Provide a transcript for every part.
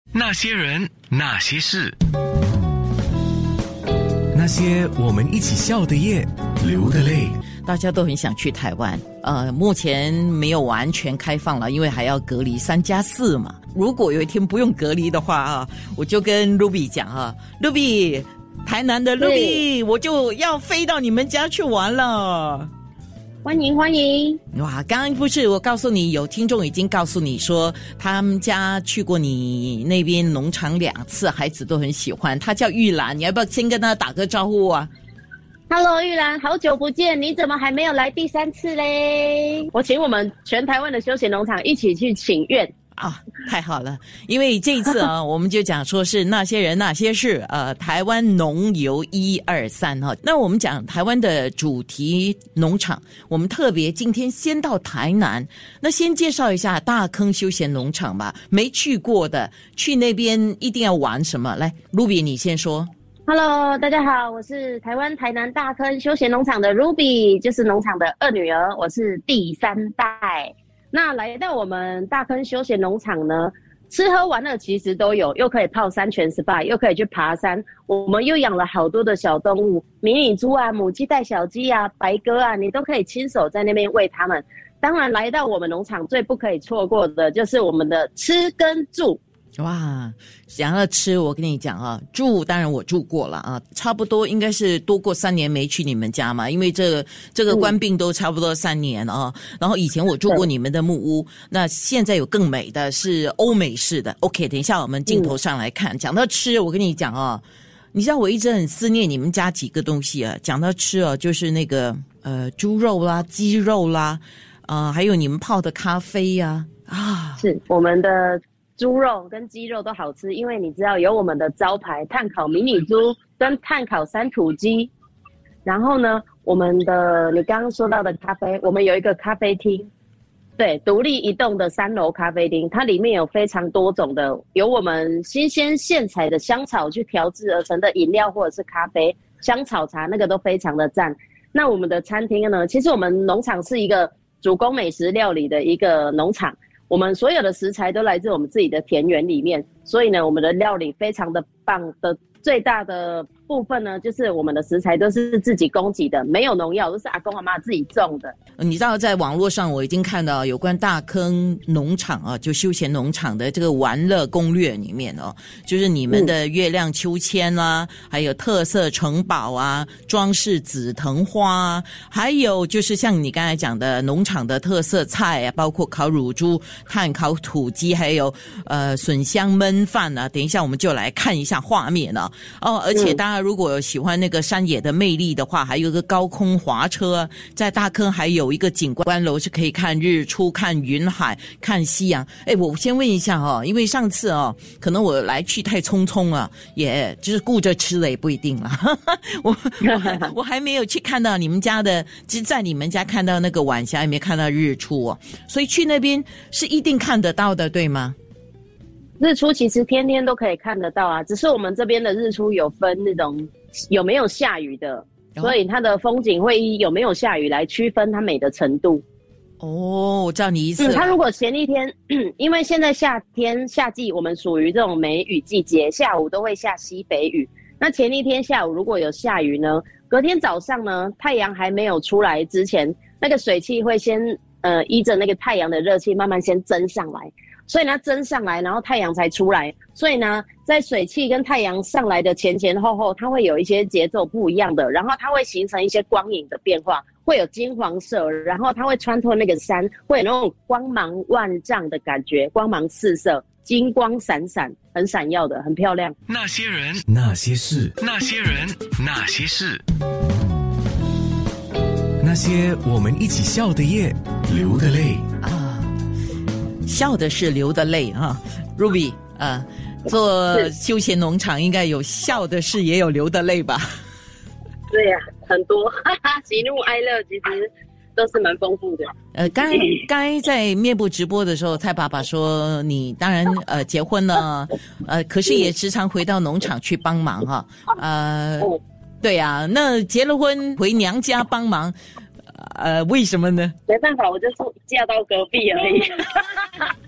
那些人，那些事， 那些我们一起笑的夜，流的泪。 大家都很想去台湾，目前没有完全开放了，因为还要隔离3+4嘛。如果有一天不用隔离的话啊，我就跟 Ruby 讲啊 ，Ruby， 台南的 Ruby， 我就要飞到你们家去玩了。 欢迎欢迎！ 哇，刚刚不是我告诉你，有听众已经告诉你说，他们家去过你那边农场2次，孩子都很喜欢。他叫玉兰，你要不要先跟他打个招呼啊？ Hello， 玉兰，好久不见，你怎么还没有来第3次嘞？我请我们全台湾的休闲农场一起去请愿啊，太好了！因为这一次啊，我们就讲说是那些人那些事，台湾农游123哈。那我们讲台湾的主题农场，我们特别今天先到台南，那先介绍一下大坑休闲农场吧。没去过的，去那边一定要玩什么？来 ，Ruby 你先说。 Hello， 大家好，我是台湾台南大坑休闲农场的 Ruby， 就是农场的2女儿，我是第3代。那来到我们大坑休闲农场呢，吃喝玩乐其实都有，又可以泡山泉 SPA， 又可以去爬山。我们又养了好多的小动物，迷你猪啊、母鸡带小鸡啊、白鸽啊，你都可以亲手在那边喂它们。当然，来到我们农场最不可以错过的就是我们的吃跟住。 哇，想要吃，我跟你讲啊，住当然我住过了啊，差不多应该是多过3年没去你们家嘛，因为这个官病都差不多3年啊。然后以前我住过你们的木屋，那现在有更美的是欧美式的。OK， 等一下我们镜头上来看。讲到吃，我跟你讲啊，你知道我一直很思念你们家几个东西啊。讲到吃啊，就是那个猪肉啦、鸡肉啦，还有你们泡的咖啡呀啊， 是我们的。猪肉跟鸡肉都好吃，因为你知道有我们的招牌炭烤迷你猪跟炭烤山土鸡，然后呢，我们的你刚刚说到的咖啡，我们有一个咖啡厅，对，独立一栋的3楼咖啡厅，它里面有非常多种的，有我们新鲜现采的香草去调制而成的饮料或者是咖啡、香草茶，那个都非常的赞。那我们的餐厅呢，其实我们农场是一个主攻美食料理的一个农场。我们所有的食材都来自我们自己的田园里面，所以呢，我们的料理非常的棒的。最大的部分呢，就是我们的食材都是自己供给的，没有农药，都是阿公阿嬷自己种的。 你知道，在网络上我已经看到有关大坑农场啊，就休闲农场的这个玩乐攻略里面哦，就是你们的月亮秋千啦，还有特色城堡啊，装饰紫藤花啊，还有就是像你刚才讲的农场的特色菜啊，包括烤乳猪、炭烤土鸡，还有笋香焖饭啊。等一下我们就来看一下画面啊。而且大家如果喜欢那个山野的魅力的话，还有一个高空滑车，在大坑还有一个景观楼是可以看日出、看云海、看夕阳。我先问一下因为上次可能我来去太匆匆了，也就是顾着吃了也不一定了。我还没有去看到你们家的，就是在你们家看到那个晚霞，也没看到日出哦，所以去那边是一定看得到的，对吗？ 日出其实天天都可以看得到啊，只是我们这边的日出有分那种有没有下雨的，所以它的风景会以有没有下雨来区分它美的程度。 哦，我知道你意思了。 它如果前一天，因为现在夏季我们属于这种梅雨季节，下午都会下西北雨。那前一天下午如果有下雨呢，隔天早上呢，太阳还没有出来之前，那个水汽会先依着那个太阳的热气慢慢先蒸上来。所以呢，蒸上来，然后太阳才出来。所以呢，在水汽跟太阳上来的前前后后，它会有一些节奏不一样的，然后它会形成一些光影的变化，会有金黄色，然后它会穿透那个山，会有那种光芒万丈的感觉，光芒四射，金光闪闪，很闪耀的，很漂亮。 那些人， 那些事， 那些人，那些事， 那些我们一起笑的夜，流的泪。 笑的是流的泪啊 ，Ruby 做休闲农场应该有笑的事，也有流的泪吧？ 对呀，很多，喜怒哀乐其实都是蛮丰富的。 刚才在面部直播的时候，蔡爸爸说你当然结婚了，可是也时常回到农场去帮忙哈。对啊，那结了婚回娘家帮忙。为什么呢？ 没办法，我就是嫁到隔壁而已。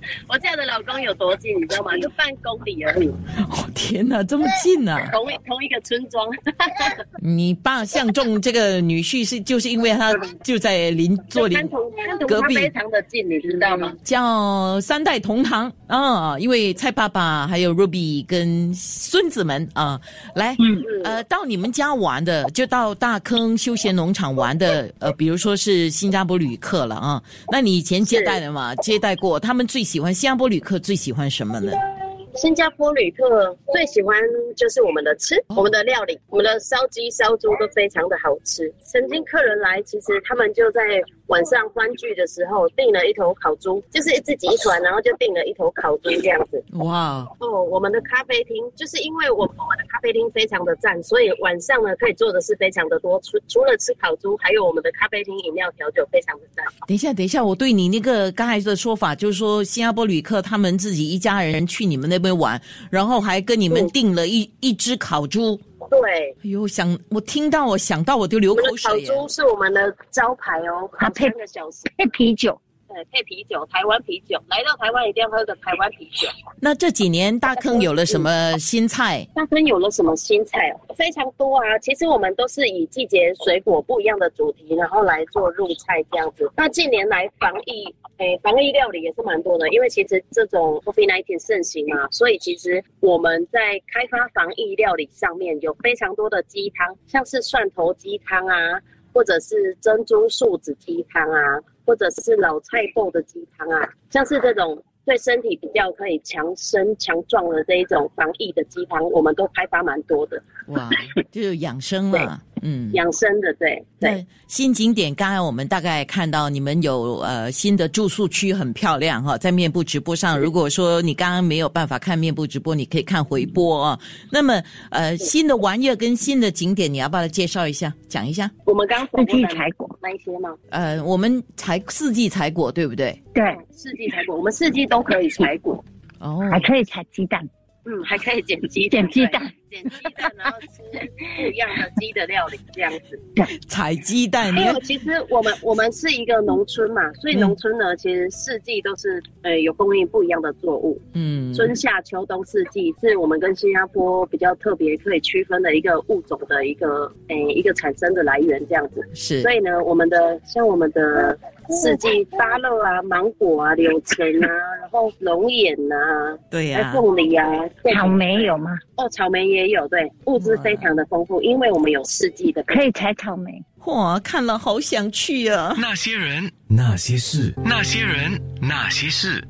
我嫁的老公有多近，你知道吗？就半公里而已。 哦天哪，这么近啊！ 同一个村庄。 你爸相中这个女婿就是因为他就在做隔壁， 非常的近，你知道吗？ 叫三代同堂啊，因为蔡爸爸还有 Ruby 跟孙子们啊，来，到你们家玩的，就到大坑休闲农场玩的，比如说是新加坡旅客了啊，那你以前接待的嘛，接待过，他们最喜欢新加坡旅客最喜欢什么呢？ 新加坡旅客最喜欢就是我们的吃，我们的料理，我们的烧鸡、烧猪都非常的好吃。曾经客人来，其实他们就在晚上欢聚的时候订了一头烤猪，就是自己一团，然后就订了一头烤猪这样子。 哇哦，我们的咖啡厅就是因为我们的咖啡厅非常的赞，所以晚上呢可以做的事非常的多，除了吃烤猪，还有我们的咖啡厅饮料调酒非常的赞。 等一下，我对你那个刚才的说法，就是说新加坡旅客他们自己一家人去你们那边玩，然后还跟你们订了一只烤猪。 对， 哎呦，我听到我想到我就流口水。 我们的烤猪是我们的招牌哦，烤3个小时，配啤酒。对，配啤酒，台湾啤酒。来到台湾一定要喝个台湾啤酒。 那这几年大坑有了什么新菜？ 大坑有了什么新菜哦？非常多啊！其实我们都是以季节水果不一样的主题，然后来做入菜这样子。那近年来防疫料理也是蛮多的，因为其实这种 COVID-19 盛行嘛，所以其实我们在开发防疫料理上面有非常多的鸡汤，像是蒜头鸡汤啊，或者是珍珠树子鸡汤啊，或者是老菜脯的鸡汤啊，像是这种对身体比较可以强身强壮的这一种防疫的鸡汤，我们都开发蛮多的。 哇，就是养生嘛。 养生的，对。 新景点，刚才我们大概看到你们有新的住宿区，很漂亮哈，在面部直播上，如果说你刚刚没有办法看面部直播，你可以看回播啊。那么新的玩意跟新的景点，你要不要介绍一下，讲一下？ 我们刚四季采果那一些吗？ 我们四季采果，对不对？ 对，四季采果，我们四季都可以采果。 哦， 还可以采鸡蛋。 还可以捡鸡蛋， 然后吃不一样的鸡的料理，这样子。 采鸡蛋， 因为其实我们是一个农村嘛，所以农村呢，其实四季都是有供应不一样的作物。春夏秋冬四季是我们跟新加坡比较特别可以区分的一个物种的一个产生的来源，这样子。 是。 所以呢，我们的四季芭乐啊、芒果啊、柳橙啊，然后龙眼啊， 对呀， 凤梨啊。 草莓有吗？ 草莓也有，对，物资非常的丰富，因为我们有四季的， 可以采草莓。 哇，看了好想去啊！ 那些人， 那些事， 那些人，那些事，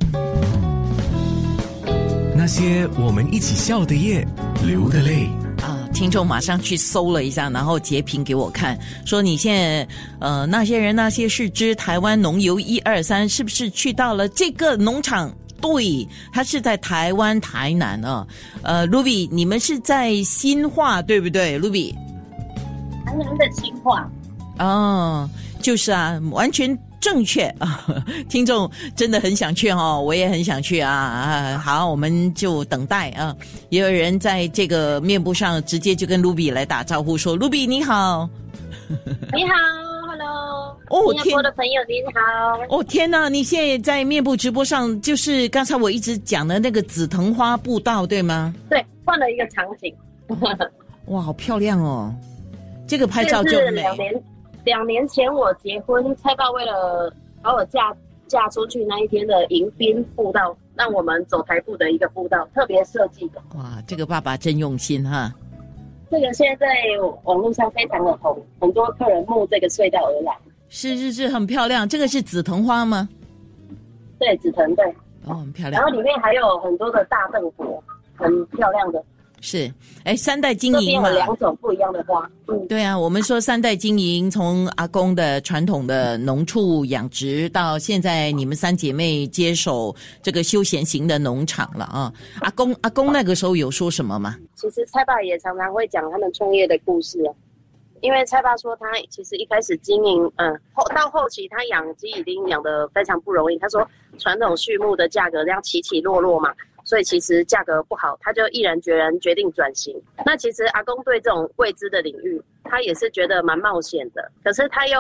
那些我们一起笑的夜，流的泪。 听众马上去搜了一下，然后截屏给我看，说你现在那些人那些事之台湾农游123是不是去到了这个农场？对，它是在台湾台南啊。Ruby， 你们是在新化对不对 ？Ruby， 台南的新化。 哦，就是啊，完全正确啊！听众真的很想去哦，我也很想去啊！好，我们就等待啊。也有人在这个面部上直接就跟 Ruby 来打招呼，说 ：“Ruby 你好， 你好 ，Hello， 哦， 新加坡的朋友您好。 哦天哪，你现在在面部直播上，就是刚才我一直讲的那个紫藤花步道，对吗？ 对，换了一个场景。 哇，好漂亮哦！这个拍照就美。 2年前我结婚，蔡爸为了把我嫁出去那一天的迎宾步道，让我们走台步的一个步道，特别设计的。 哇，这个爸爸真用心哈！ 这个现在在网络上非常的红，很多客人慕这个隧道而来。 是，很漂亮。这个是紫藤花吗？ 对，紫藤对。 哦，很漂亮。 然后里面还有很多的大邓果，很漂亮的。 是，三代经营嘛， 这边有2种不一样的花。 对啊，我们说3代经营，从阿公的传统的农畜养殖，到现在你们3姐妹接手这个休闲型的农场了啊。阿公那个时候有说什么吗？ 其实蔡爸也常常会讲他们创业的故事啊。因为蔡爸说他其实一开始经营，到后期他养鸡已经养得非常不容易。他说传统畜牧的价格这样起起落落嘛，所以其实价格不好，他就毅然决然决定转型。那其实阿公对这种未知的领域，他也是觉得蛮冒险的，可是他又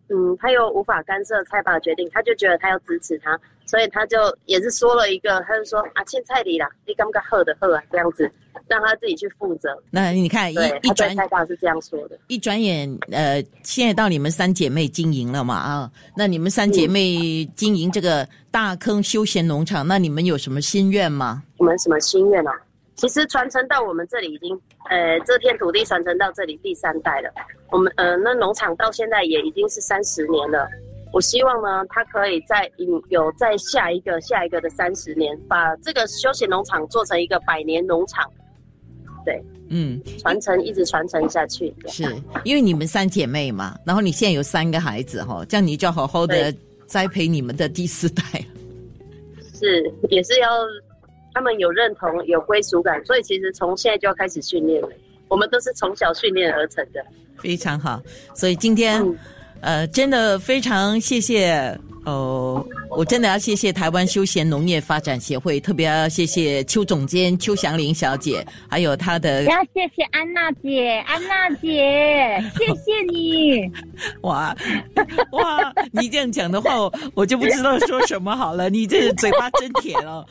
他又无法干涉蔡爸的决定，他就觉得他要支持他，所以他就也是说了一个，他就说啊，凊彩你啦，你感觉好的好啊，这样子让他自己去负责。 那你看一转蔡爸是这样说的， 一转眼现在到你们三姐妹经营了嘛啊？那你们三姐妹经营这个大坑休闲农场，那你们有什么心愿吗？ 我们什么心愿啊？其实传承到我们这里已经，这片土地传承到这里第3代了。我们那农场到现在也已经是30年了。我希望呢，它可以有在下一个的30年，把这个休闲农场做成一个100年农场。对，一直传承下去。 是因为你们三姐妹嘛，然后你现在有3个孩子哈，这样你就要好好的栽培你们的第4代。是， 也是要。他们有认同、有归属感，所以其实从现在就要开始训练了。我们都是从小训练而成的， 非常好。所以今天，真的非常谢谢我真的要谢谢台湾休闲农业发展协会，特别要谢谢邱总监邱祥玲小姐，还有她的要谢谢安娜姐，谢谢你。 哇，你这样讲的话，我就不知道说什么好了。你这嘴巴真甜哦。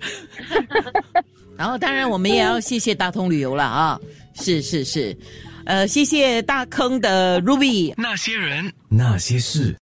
然后当然我们也要谢谢大通旅游了啊，是，谢谢大坑的 Ruby。 那些人， 那些事。